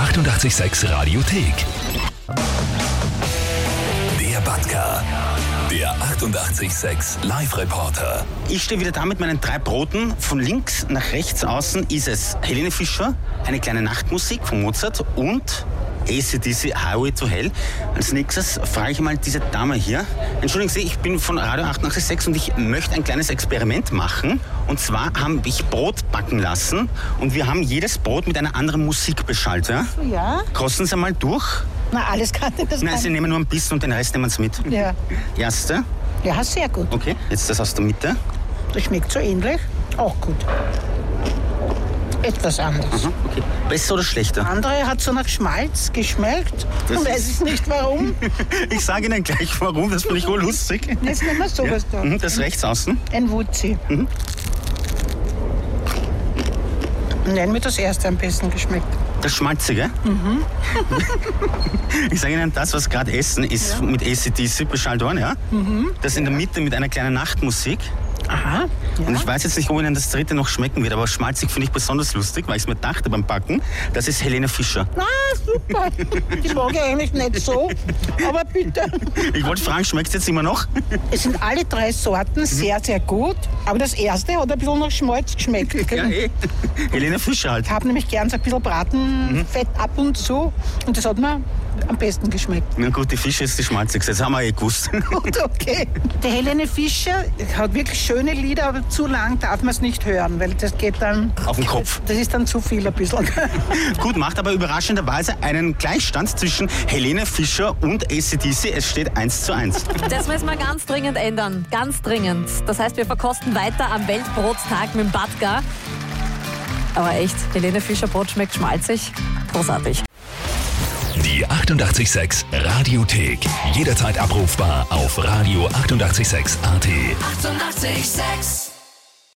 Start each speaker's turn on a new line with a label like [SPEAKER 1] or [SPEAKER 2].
[SPEAKER 1] 886 Radiothek. Der Batka. Der 886 Live-Reporter.
[SPEAKER 2] Ich stehe wieder da mit meinen 3 Broten. Von links nach rechts außen ist es Helene Fischer, eine kleine Nachtmusik von Mozart und AC/DC Highway to Hell. Als nächstes frage ich mal diese Dame hier. Entschuldigen Sie, ich bin von Radio 886 und ich möchte ein kleines Experiment machen. Und zwar habe ich Brot backen lassen und wir haben jedes Brot mit einer anderen Musik beschallt. Ja?
[SPEAKER 3] Ja?
[SPEAKER 2] Kosten Sie mal durch.
[SPEAKER 3] Na, alles kann ich das
[SPEAKER 2] Nein, Sie nehmen nur ein bisschen und den Rest nehmen Sie mit.
[SPEAKER 3] Ja.
[SPEAKER 2] Erste.
[SPEAKER 3] Ja, sehr gut.
[SPEAKER 2] Okay, jetzt das aus der Mitte.
[SPEAKER 3] Das schmeckt so ähnlich. Auch gut. Etwas anders.
[SPEAKER 2] Aha, okay. Besser oder schlechter?
[SPEAKER 3] Andere hat so nach Schmalz geschmeckt.
[SPEAKER 2] Das
[SPEAKER 3] Weiß ich nicht warum.
[SPEAKER 2] Ich sage Ihnen gleich warum, das finde ich wohl lustig.
[SPEAKER 3] Jetzt nehmen wir sowas da.
[SPEAKER 2] Das rechts außen.
[SPEAKER 3] Ein Wutzi. Nein, mir das erste am besten geschmeckt.
[SPEAKER 2] Das Schmalzige? Ich sage Ihnen, das, was gerade essen, ist mit AC/DC beschallt worden, ja? Das in der Mitte mit einer kleinen Nachtmusik.
[SPEAKER 3] Aha. Ja.
[SPEAKER 2] Und ich weiß jetzt nicht, ob Ihnen das dritte noch schmecken wird, aber schmalzig finde ich besonders lustig, weil ich es mir dachte beim Backen. Das ist Helene Fischer.
[SPEAKER 3] Ah, super. Die mag ich eigentlich nicht so. Aber bitte.
[SPEAKER 2] Ich wollte fragen, schmeckt es jetzt immer noch?
[SPEAKER 3] Es sind alle 3 Sorten sehr, sehr gut. Aber das erste hat ein bisschen nach Schmalz geschmeckt.
[SPEAKER 2] Ja, Helene Fischer halt.
[SPEAKER 3] Ich habe nämlich gern so ein bisschen Bratenfett ab und zu. Und das hat mir am besten geschmeckt.
[SPEAKER 2] Na gut, die Fische ist die schmalzigste, das haben wir gewusst.
[SPEAKER 3] Gut, okay. Der Helene Fischer hat wirklich schöne Lieder, aber zu lang darf man es nicht hören, weil das geht dann...
[SPEAKER 2] Auf den Kopf.
[SPEAKER 3] Das ist dann zu viel ein bisschen.
[SPEAKER 2] Gut, macht aber überraschenderweise einen Gleichstand zwischen Helene Fischer und AC/DC. Es steht 1:1.
[SPEAKER 4] Das müssen wir ganz dringend ändern. Ganz dringend. Das heißt, wir verkosten weiter am Weltbrottag mit dem Batka. Aber echt, Helene Fischer Brot schmeckt schmalzig. Großartig.
[SPEAKER 1] Die 886 Radiothek. Jederzeit abrufbar auf radio886.at.
[SPEAKER 5] 886